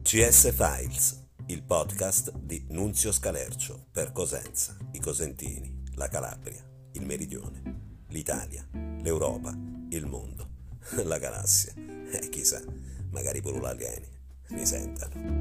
CS Files, il podcast di Nunzio Scalercio per Cosenza, i Cosentini, la Calabria, il Meridione, l'Italia, l'Europa, il mondo, la galassia e chissà, magari pure gli alieni mi sentano.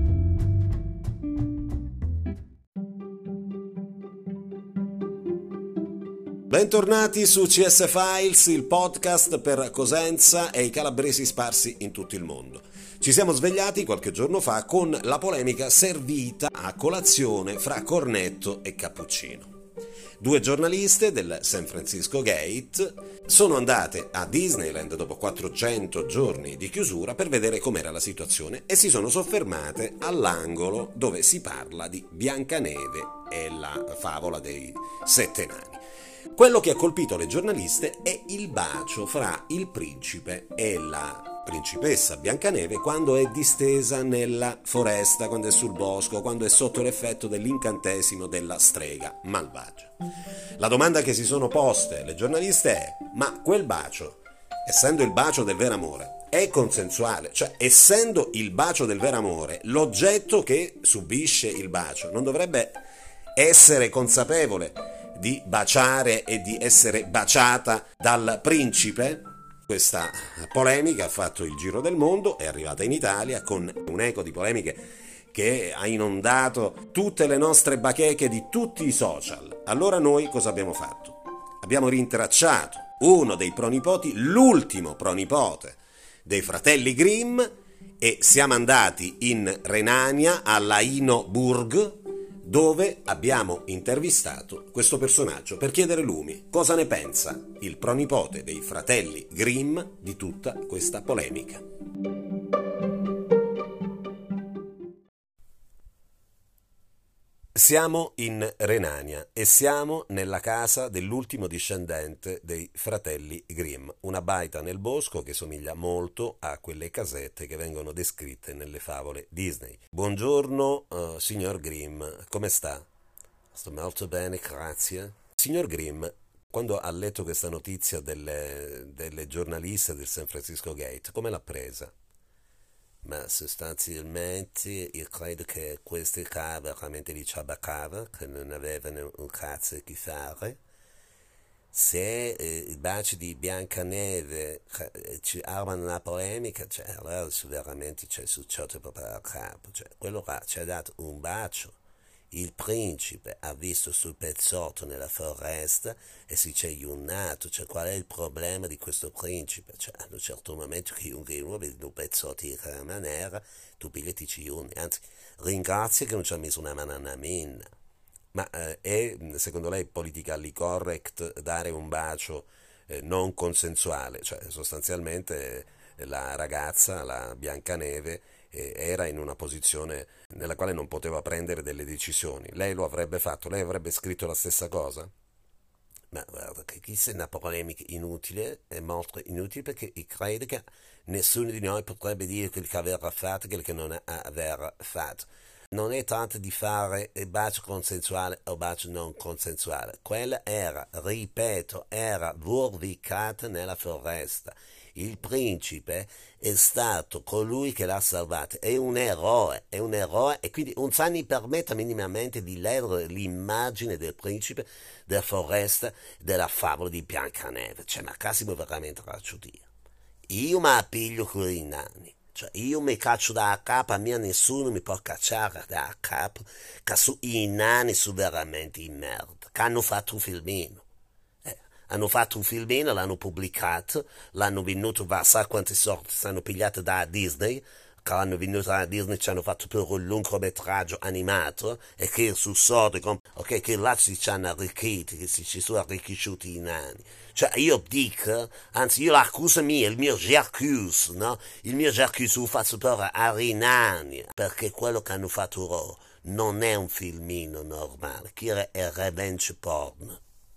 Bentornati su CS Files, il podcast per Cosenza e i calabresi sparsi in tutto il mondo. Ci siamo svegliati qualche giorno fa con la polemica servita a colazione fra Cornetto e Cappuccino. Due giornaliste del San Francisco Gate sono andate a Disneyland dopo 400 giorni di chiusura per vedere com'era la situazione e si sono soffermate all'angolo dove si parla di Biancaneve e la favola dei 7 nani. Quello che ha colpito le giornaliste è il bacio fra il principe e la principessa Biancaneve quando è distesa nella foresta, quando è sul bosco, quando è sotto l'effetto dell'incantesimo della strega malvagia. La domanda che si sono poste le giornaliste è: ma quel bacio, essendo il bacio del vero amore, è consensuale? Cioè, essendo il bacio del vero amore, l'oggetto che subisce il bacio non dovrebbe essere consapevole di baciare e di essere baciata dal principe? Questa polemica ha fatto il giro del mondo, è arrivata in Italia con un eco di polemiche che ha inondato tutte le nostre bacheche di tutti i social. Allora noi cosa abbiamo fatto? Abbiamo rintracciato uno dei pronipoti, l'ultimo pronipote dei fratelli Grimm, e siamo andati in Renania, alla Inoburg, dove abbiamo intervistato questo personaggio per chiedere lui cosa ne pensa il pronipote dei fratelli Grimm di tutta questa polemica. Siamo in Renania e siamo nella casa dell'ultimo discendente dei fratelli Grimm, una baita nel bosco che somiglia molto a quelle casette che vengono descritte nelle favole Disney. Buongiorno, signor Grimm, come sta? Sto molto bene, grazie. Signor Grimm, quando ha letto questa notizia delle giornaliste del San Francisco Gate, come l'ha presa? Ma sostanzialmente io credo che questi qua veramente di ciabacava, che non avevano un cazzo di fare. Se il bacio di Biancaneve ci armano una polemica, cioè, allora veramente succede proprio al capo. Cioè, quello qua ci ha dato un bacio. Il principe ha visto sul pezzotto nella foresta e si c'è iunnato. Cioè, qual è il problema di questo principe? Cioè, a un certo momento che uno vede un pezzotto di quella maniera, tu pigliati ci iunni. Anzi, ringrazia che non ci ha messo una mano alla minna. Ma è, secondo lei, politically correct dare un bacio non consensuale? Cioè, sostanzialmente la ragazza, la Biancaneve, era in una posizione nella quale non poteva prendere delle decisioni. Lei lo avrebbe fatto? Lei avrebbe scritto la stessa cosa? Ma guarda, che questa è una polemica inutile, è molto inutile, perché credo che nessuno di noi potrebbe dire quel che aveva fatto e quel che non aveva fatto. Non è tanto di fare il bacio consensuale o bacio non consensuale. Quella era, ripeto, era vorticata nella foresta. Il principe è stato colui che l'ha salvata, è un eroe, e quindi non sa ne permetta minimamente di leggere l'immagine del principe della foresta della favola di Biancaneve. Cioè, ma Cassimo veramente faccio dire. Io mi appiglio con i nani. Cioè, io mi caccio da capo, a me nessuno mi può cacciare da capo, che i nani sono veramente in merda, che hanno fatto un filmino. Hanno fatto un filmino, l'hanno pubblicato, l'hanno venuto, va sa quante sorti, sono pigliate da Disney, che hanno venuto da Disney, ci hanno fatto per un lungometraggio animato, e che sul sordo, ok, che là ci hanno arricchiti, che ci sono arricchisciuti i nani. Cioè, io dico, anzi, io l'accusa mia, il mio J'accuse, no? Il mio J'accuse lo faccio per ai nani, perché quello che hanno fatto loro non è un filmino normale, che è revenge porn.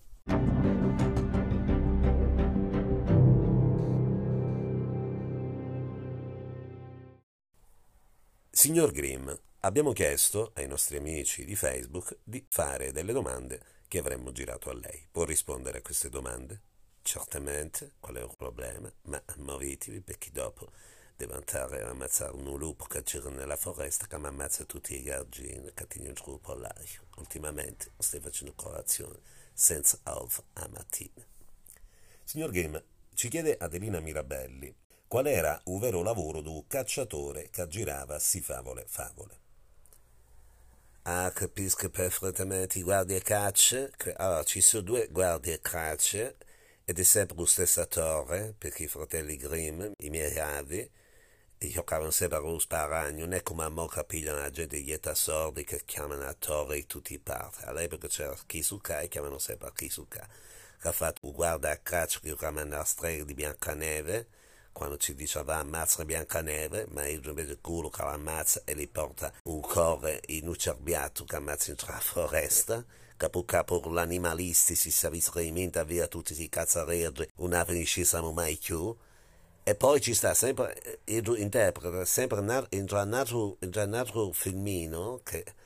Signor Grimm, abbiamo chiesto ai nostri amici di Facebook di fare delle domande che avremmo girato a lei. Può rispondere a queste domande? Certamente, qual è il problema? Ma muovetevi perché dopo devo andare a ammazzare un lupo che gira nella foresta che mi ammazza tutti i gargini che tengono giù per l'aria. Ultimamente stai facendo colazione senza ovo a mattina. Signor Grimm, ci chiede Adelina Mirabelli qual era il vero lavoro di un cacciatore che girava si favole favole. Ah, capisco perfettamente i guardie caccia. Allora, ci sono due guardie caccia ed è sempre lo stesso attore, perché i fratelli Grimm, i miei avi, giocavano sempre allo sparagno, non è come a mo' capigliano la gente gli sordi che chiamano attore di tutti i parti. All'epoca c'era Kisuka e chiamano sempre Kisuka, che ha fatto un guardia caccia che giocava nella strega di Biancaneve, quando ci diceva ammazza Biancaneve, ma io invece il culo che l'ammazza e gli porta un cuore in un cerbiato che ammazza in la foresta, che per gli animalisti si savvisrimenta via tutti i cazzareggi, non avvenissimo mai più. E poi ci sta sempre, interpreta sempre in un altro filmino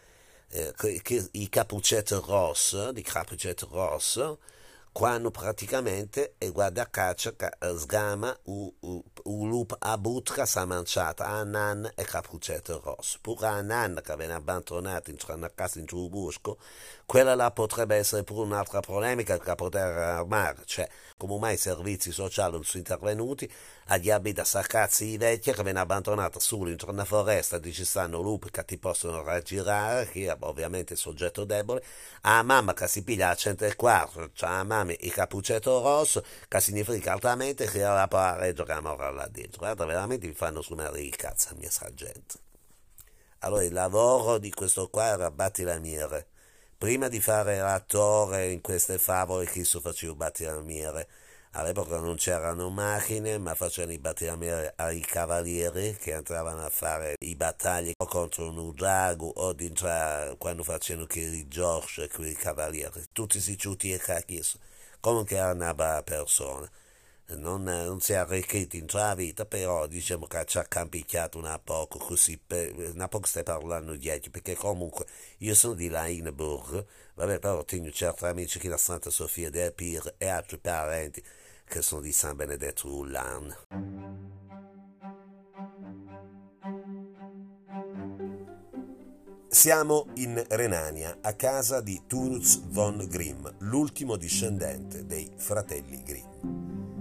che i Cappuccetto Rosso, di Cappuccetto Rosso, quando praticamente e guarda caccia che sgama un lupo a butra si è mangiata a Nan e Cappuccetto Rosso. Pure a Nan che viene abbandonato in una casa in giù un bosco, quella là potrebbe essere pure un'altra polemica che potrebbe armare, cioè come mai i servizi sociali non sono intervenuti agli abiti a saccarsi i vecchi che vengono abbandonati solo in una foresta dove ci stanno lupi che ti possono raggirare, che è ovviamente il soggetto debole, a mamma che si piglia a 104, cioè a mamma il cappuccetto rosso, che significa altamente che era la reggio che mora là dentro. Guarda, veramente vi fanno suonare il cazzo, mia sargento. Allora, il lavoro di questo qua era battilamiere. Prima di fare l'attore in queste favole, chi si faceva battilamiere? All'epoca non c'erano macchine, ma facevano i battilamieri ai cavalieri che entravano a fare i battagli o contro un drago o quando facevano i George, quei cavalieri. Tutti si ciuti e cacchi. Comunque era una brava persona. Non si è arricchito in la vita, però diciamo che ci ha campicchiato un poco, così, un poco stai parlando dietro, perché comunque io sono di Laineburg, vabbè, però tengo certi amici che da Santa Sofia del Pir e altri parenti che sono di San Benedetto Ullan. Siamo in Renania, a casa di Turz von Grimm, l'ultimo discendente dei fratelli Grimm.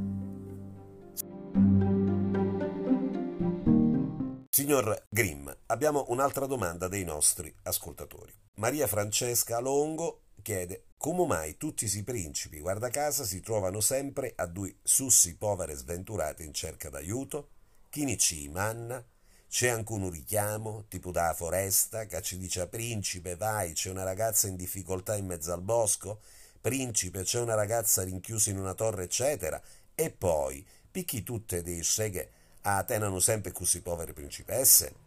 Signor Grimm, abbiamo un'altra domanda dei nostri ascoltatori. Maria Francesca Longo chiede come mai tutti i principi, guarda caso, si trovano sempre a due sussi poveri sventurati in cerca d'aiuto? Chi ne ci manna? C'è anche un richiamo, tipo da foresta, che ci dice principe vai, c'è una ragazza in difficoltà in mezzo al bosco? Principe, c'è una ragazza rinchiusa in una torre, eccetera? E poi, picchi tutte dei seghe tenano sempre così povere principesse?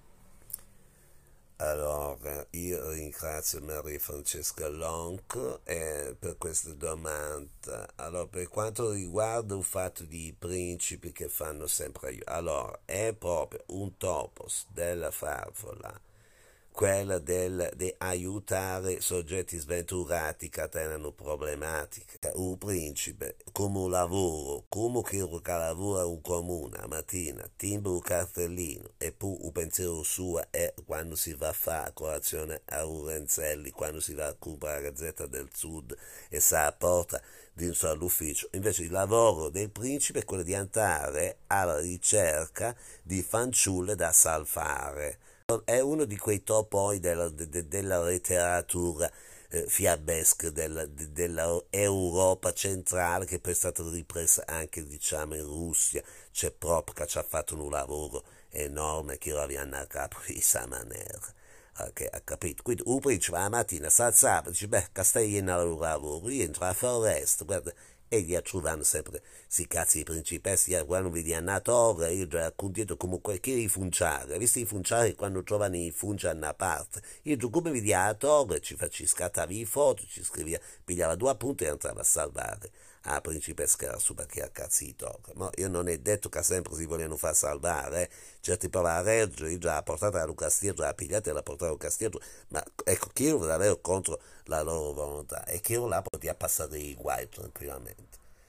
Allora, io ringrazio Maria Francesca Lonco per questa domanda. Allora, per quanto riguarda il fatto di principi che fanno sempre aiuto, allora, è proprio un topos della favola, quella di aiutare soggetti sventurati che hanno problematiche. Un principe, come un lavoro, come che lavora un comune a mattina, timbra un cartellino e poi il pensiero suo è quando si va a fare colazione a Urenzelli, quando si va a comprare la Gazzetta del Sud e sa a porta dentro all'ufficio. Invece il lavoro del principe è quello di andare alla ricerca di fanciulle da salvare. È uno di quei topoi della letteratura fiabesca della Europa centrale che poi è stata ripresa anche diciamo in Russia. C'è proprio che ci ha fatto un lavoro enorme che ora vi hanno a capo di questa maniera. Ok, ha capito? Quindi un principe la mattina si alzava e dice, beh, che stai in al lavoro, rientra alla foresta, guarda, e gli trovano sempre si cazzi di principessi, quando vedi a torre, io già raccontato comunque che i funciari, visto i funciari quando trovano i funci a una parte, io giù come vedi a torre, ci facci scattavi i foto, ci scrivia, pigliava due appunti e entrava a salvare a principessa che era su perché a cazzo di torre. Ma io non è detto che sempre si vogliono far salvare, certi poi la Reggio, io già la portata allo castiglio, la pigliata e la portata allo castiglio, ma ecco, chi io davvero contro la loro volontà e che io là poteva passare i guai tranquillamente.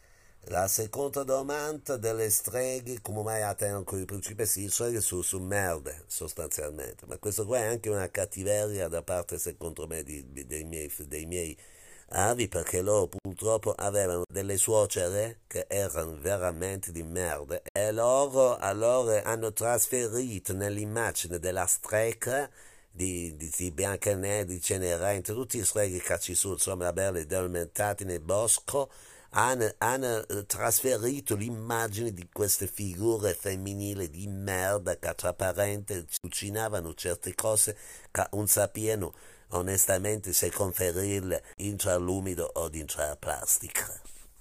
La seconda domanda delle streghe, come mai attendono con i principessi? Le streghe su merde, sostanzialmente. Ma questo qua è anche una cattiveria da parte, secondo me, dei miei avi, perché loro purtroppo avevano delle suocere che erano veramente di merda e loro allora hanno trasferito nell'immagine della strega di Biancaneve, di Cenerentola, tutti i streghi che ci sono, insomma, belli addormentati nel bosco, hanno trasferito l'immagine di queste figure femminili di merda che tra parentesi cucinavano certe cose che non sapevano onestamente se conferirle intrallumido o di intraplastica.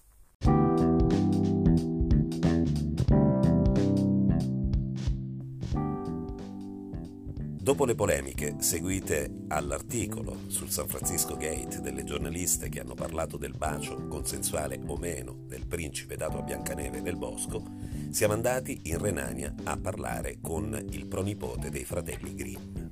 Dopo le polemiche seguite all'articolo sul San Francisco Gate delle giornaliste che hanno parlato del bacio consensuale o meno del principe dato a Biancaneve nel bosco, siamo andati in Renania a parlare con il pronipote dei fratelli Grimm.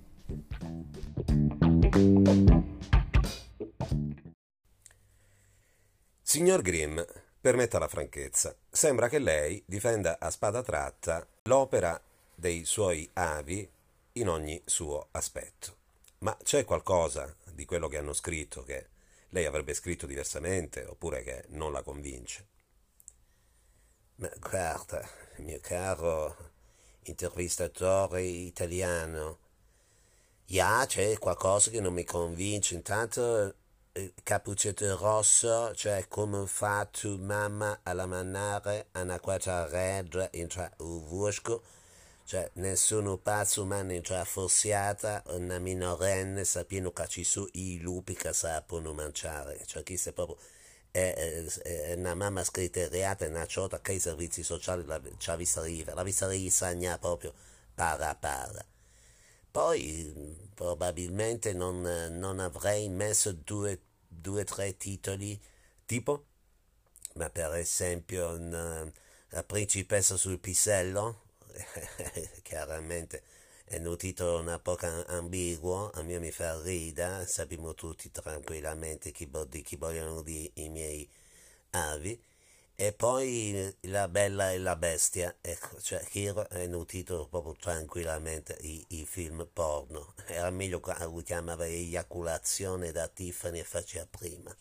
Signor Grimm, permetta la franchezza, sembra che lei difenda a spada tratta l'opera dei suoi avi in ogni suo aspetto. Ma c'è qualcosa di quello che hanno scritto che lei avrebbe scritto diversamente oppure che non la convince? Ma guarda, mio caro intervistatore italiano, ja, c'è qualcosa che non mi convince. Intanto Cappuccetto Rosso, cioè come fa tu mamma alla manare una quattro regia in tra uvusco, cioè nessuno pazzo umano in tra forziata, una minorenne sapendo che ci sono i lupi che sappiano mangiare, cioè chi se proprio è una mamma scriteriata, una ciota che i servizi sociali la vista risagna proprio para para. Poi probabilmente non avrei messo due tre titoli, tipo, ma per esempio la principessa sul pisello, chiaramente è un titolo un po' ambiguo, a me mi fa ridere, sappiamo tutti tranquillamente chi vogliono dire i miei avi. E poi La Bella e la Bestia, ecco, cioè Hero è un titolo proprio tranquillamente i film porno. Era meglio che lui chiamava Eiaculazione da Tiffany e faceva prima.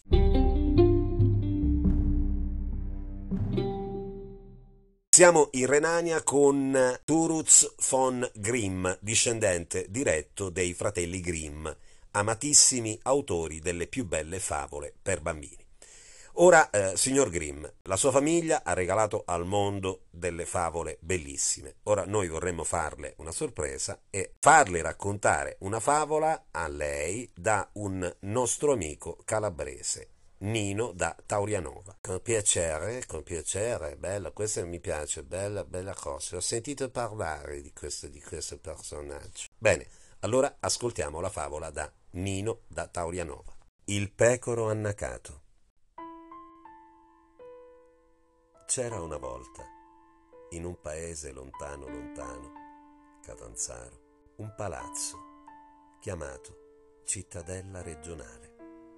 Siamo in Renania con Turuz von Grimm, discendente diretto dei fratelli Grimm, amatissimi autori delle più belle favole per bambini. Ora, signor Grimm, la sua famiglia ha regalato al mondo delle favole bellissime. Ora noi vorremmo farle una sorpresa e farle raccontare una favola a lei da un nostro amico calabrese, Nino da Taurianova. Con piacere, bella, questa mi piace, bella, bella cosa. Ho sentito parlare di questo personaggio. Bene, allora ascoltiamo la favola da Nino da Taurianova. Il pecoro annacato. C'era una volta, in un paese lontano lontano, Catanzaro, un palazzo chiamato Cittadella Regionale.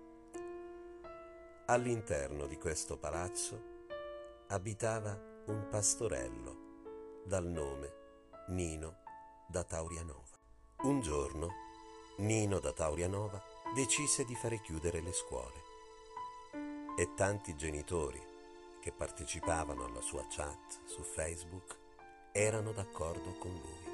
All'interno di questo palazzo abitava un pastorello dal nome Nino da Taurianova. Un giorno Nino da Taurianova decise di fare chiudere le scuole e tanti genitori che partecipavano alla sua chat su Facebook erano d'accordo con lui.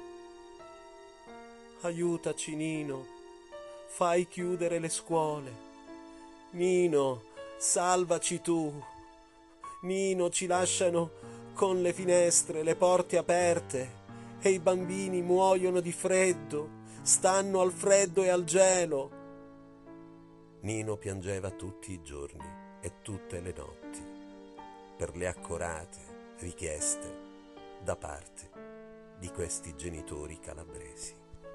Aiutaci Nino, fai chiudere le scuole. Nino, salvaci tu. Nino, ci lasciano con le finestre, le porte aperte e i bambini muoiono di freddo, stanno al freddo e al gelo. Nino piangeva tutti i giorni e tutte le notti per le accorate richieste da parte di questi genitori calabresi.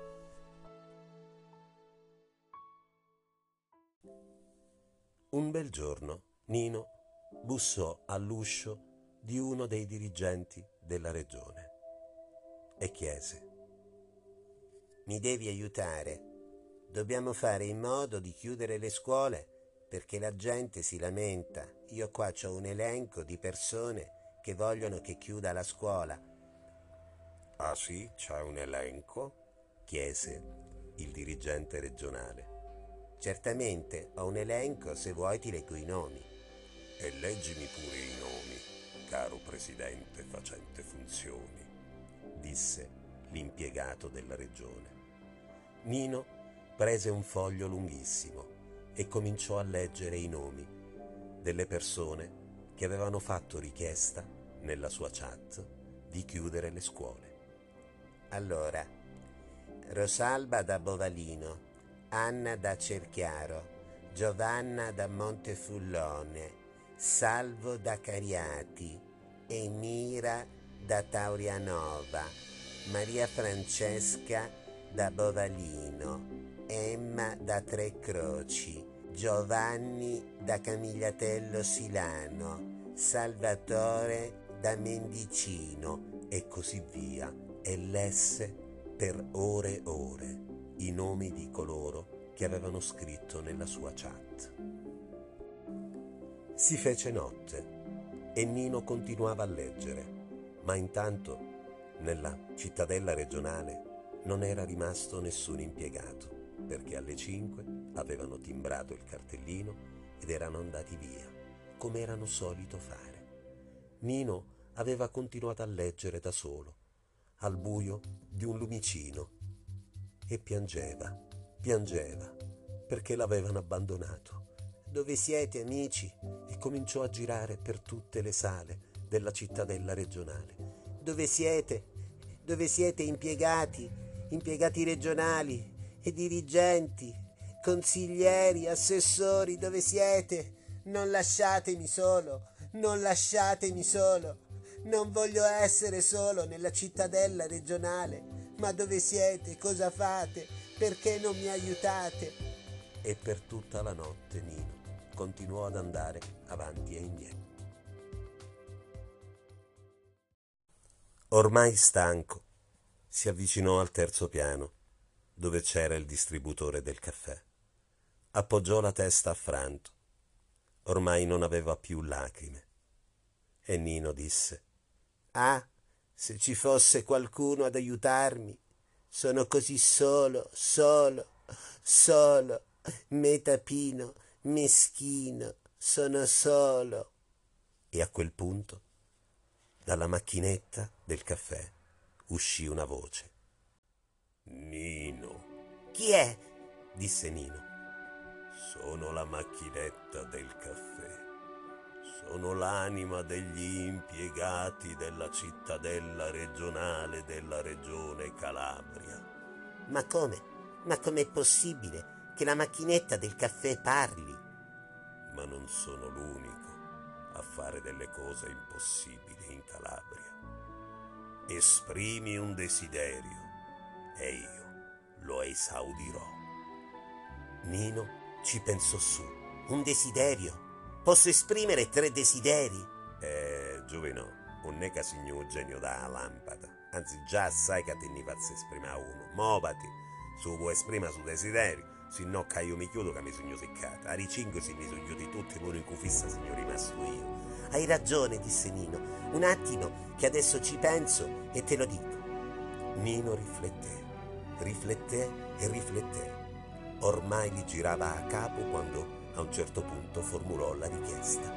Un bel giorno Nino bussò all'uscio di uno dei dirigenti della regione e chiese: «Mi devi aiutare? Dobbiamo fare in modo di chiudere le scuole perché la gente si lamenta. Io qua ho un elenco di persone che vogliono che chiuda la scuola. Ah sì, c'è un elenco? Chiese il dirigente regionale. Certamente, ho un elenco, se vuoi ti leggo i nomi. E leggimi pure i nomi, caro presidente facente funzioni, disse l'impiegato della regione. Nino prese un foglio lunghissimo e cominciò a leggere i nomi delle persone che avevano fatto richiesta nella sua chat di chiudere le scuole. Allora, Rosalba da Bovalino, Anna da Cerchiaro, Giovanna da Montefullone, Salvo da Cariati, Emira da Taurianova, Maria Francesca da Bovalino, Emma da Tre Croci, Giovanni da Camigliatello Silano, Salvatore da Mendicino e così via, e lesse per ore e ore i nomi di coloro che avevano scritto nella sua chat. Si fece notte e Nino continuava a leggere, ma intanto nella cittadella regionale non era rimasto nessun impiegato, perché alle 5 avevano timbrato il cartellino ed erano andati via, come erano solito fare. Nino aveva continuato a leggere da solo, al buio di un lumicino, e piangeva, perché l'avevano abbandonato. Dove siete, amici? E cominciò a girare per tutte le sale della cittadella regionale. Dove siete? Dove siete impiegati? Impiegati regionali e dirigenti, consiglieri, assessori, dove siete? Non lasciatemi solo, non lasciatemi solo. Non voglio essere solo nella cittadella regionale. Ma dove siete? Cosa fate? Perché non mi aiutate? E per tutta la notte Nino continuò ad andare avanti e indietro. Ormai stanco, si avvicinò al terzo piano, dove c'era il distributore del caffè. Appoggiò la testa affranto. Ormai non aveva più lacrime. E Nino disse: «Ah, se ci fosse qualcuno ad aiutarmi! Sono così solo, metapino, meschino, sono solo!» E a quel punto, dalla macchinetta del caffè, uscì una voce. «Nino!» «Chi è?» disse Nino. «Sono la macchinetta del caffè. Sono l'anima degli impiegati della cittadella regionale della regione Calabria». «Ma come? Ma com'è possibile che la macchinetta del caffè parli?» «Ma non sono l'unico a fare delle cose impossibili in Calabria. Esprimi un desiderio e io lo esaudirò». Nino ci pensò su. «Un desiderio? Posso esprimere 3 desideri?» Giovino, non è che signor un genio da lampada. Anzi, già sai che te ne faccio esprimere uno. Movati, su può esprimere su desiderio. Se no che io mi chiudo che mi sogno seccata. A 5 si mi sono chiusi tutti, pure in cufissa sono rimasto io. «Hai ragione», disse Nino. «Un attimo, che adesso ci penso e te lo dico». Nino rifletté e rifletté. Ormai gli girava a capo quando a un certo punto formulò la richiesta.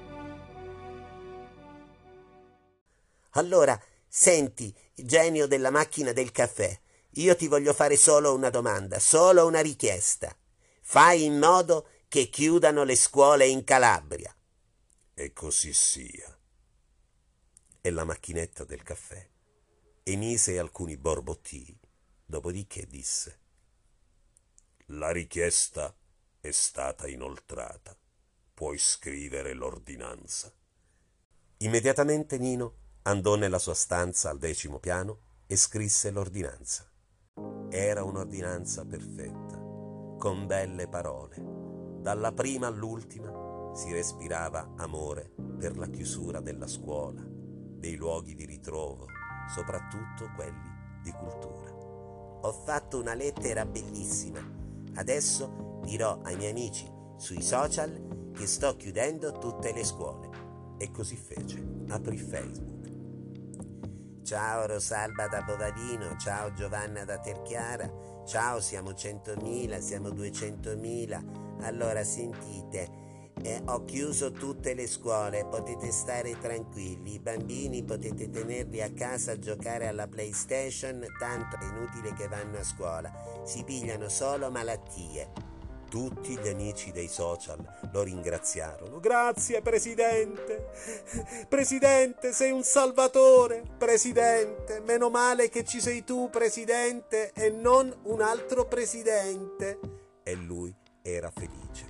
«Allora, senti, genio della macchina del caffè, io ti voglio fare solo una domanda, solo una richiesta. Fai in modo che chiudano le scuole in Calabria». «E così sia». E la macchinetta del caffè emise alcuni borbottii, dopodiché disse: «La richiesta è stata inoltrata. Puoi scrivere l'ordinanza». Immediatamente Nino andò nella sua stanza al 10° piano e scrisse l'ordinanza. Era un'ordinanza perfetta, con belle parole. Dalla prima all'ultima si respirava amore per la chiusura della scuola, dei luoghi di ritrovo, soprattutto quelli di cultura. «Ho fatto una lettera bellissima. Adesso dirò ai miei amici sui social che sto chiudendo tutte le scuole. E così fece. Aprì Facebook. Ciao Rosalba da Bovadino, ciao Giovanna da Terchiara, ciao, siamo 100.000, siamo 200.000. Allora sentite, ho chiuso tutte le scuole, potete stare tranquilli, i bambini potete tenerli a casa a giocare alla PlayStation, tanto è inutile che vanno a scuola, si pigliano solo malattie. Tutti gli amici dei social lo ringraziarono. Grazie Presidente! Presidente, sei un salvatore! Presidente, meno male che ci sei tu, Presidente, e non un altro Presidente! E lui era felice.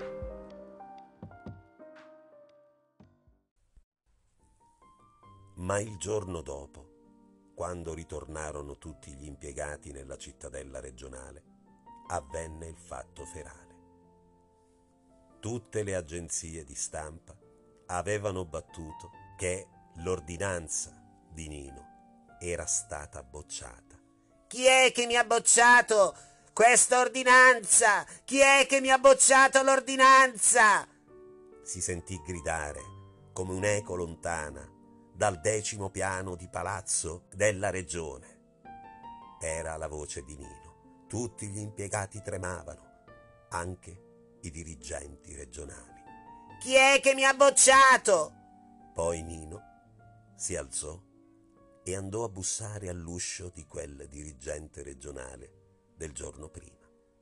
Ma il giorno dopo, quando ritornarono tutti gli impiegati nella cittadella regionale, avvenne il fatto ferale. Tutte le agenzie di stampa avevano battuto che l'ordinanza di Nino era stata bocciata. Chi è che mi ha bocciato questa ordinanza? Chi è che mi ha bocciato l'ordinanza? Si sentì gridare come un'eco lontana dal 10° piano di palazzo della regione. Era la voce di Nino. Tutti gli impiegati tremavano, anche i dirigenti regionali. Chi è che mi ha bocciato? Poi Nino si alzò e andò a bussare all'uscio di quel dirigente regionale del giorno prima.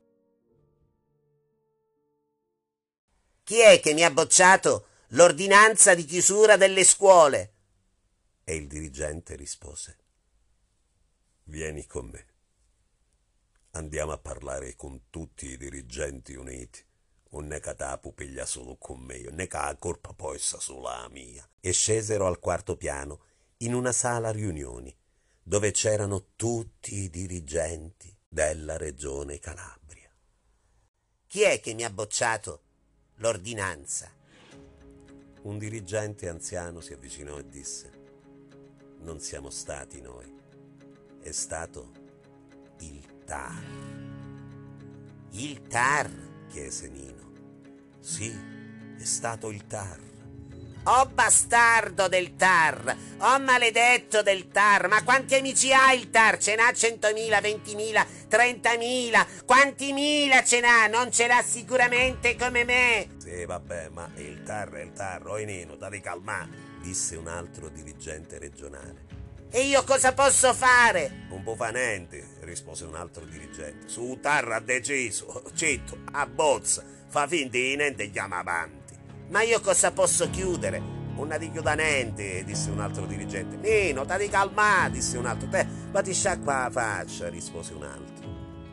Chi è che mi ha bocciato l'ordinanza di chiusura delle scuole? E il dirigente rispose: vieni con me. Andiamo a parlare con tutti i dirigenti uniti. Non è che la pupiglia solo con me, non è che la colpa poi sta solo la mia. E scesero al 4° piano, in una sala riunioni, dove c'erano tutti i dirigenti della regione Calabria. Chi è che mi ha bocciato l'ordinanza? Un dirigente anziano si avvicinò e disse: non siamo stati noi, è stato il TAR. Il TAR? Chiese Nino. Sì, è stato il TAR. Oh bastardo del TAR! Oh maledetto del TAR! Ma quanti amici ha il TAR? Ce n'ha 100.000, 20.000, 30.000? Quanti mila ce n'ha? Non ce l'ha sicuramente come me! Sì, vabbè, ma il TAR è il TAR. Oi Nino, devi calmare, disse un altro dirigente regionale. E io cosa posso fare? Non può fare niente, rispose un altro dirigente. Su TAR ha deciso, citto, abbozza, fa finta di niente e chiama avanti. Ma io cosa posso chiudere? Non ti chiuda niente, disse un altro dirigente. Nino, devi calmare, disse un altro. Te, ma ti sciacqua la faccia, rispose un altro.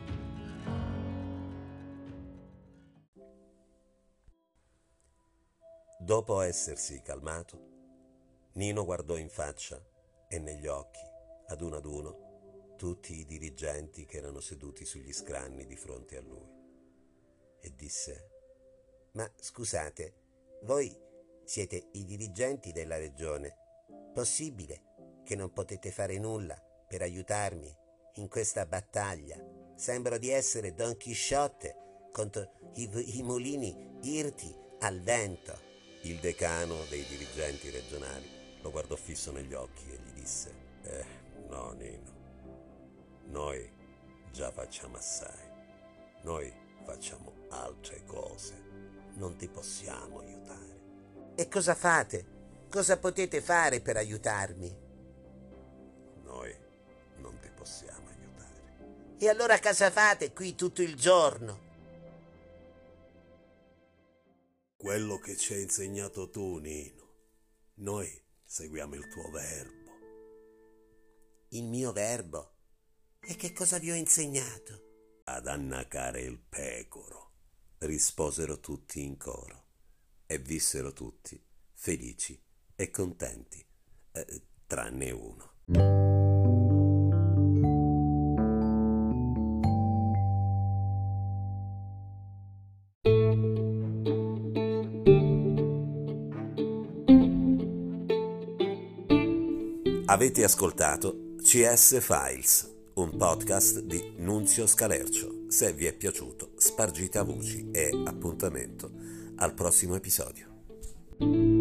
Dopo essersi calmato, Nino guardò in faccia e negli occhi, ad uno, tutti i dirigenti che erano seduti sugli scranni di fronte a lui e disse: ma scusate, voi siete i dirigenti della regione. Possibile che non potete fare nulla per aiutarmi in questa battaglia? Sembro di essere Don Chisciotte contro i mulini irti al vento. Il decano dei dirigenti regionali lo guardò fisso negli occhi e gli disse: no Nino, noi già facciamo assai, noi facciamo altre cose, non ti possiamo aiutare. E cosa fate? Cosa potete fare per aiutarmi? Noi non ti possiamo aiutare. E allora cosa fate qui tutto il giorno? Quello che ci hai insegnato tu, Nino. Noi seguiamo il tuo verbo. Il mio verbo? E che cosa vi ho insegnato? Ad annacare il pecoro, risposero tutti in coro e vissero tutti felici e contenti, tranne uno. Avete ascoltato CS Files, un podcast di Nunzio Scalercio, Se vi è piaciuto, spargite a voci e appuntamento al prossimo episodio.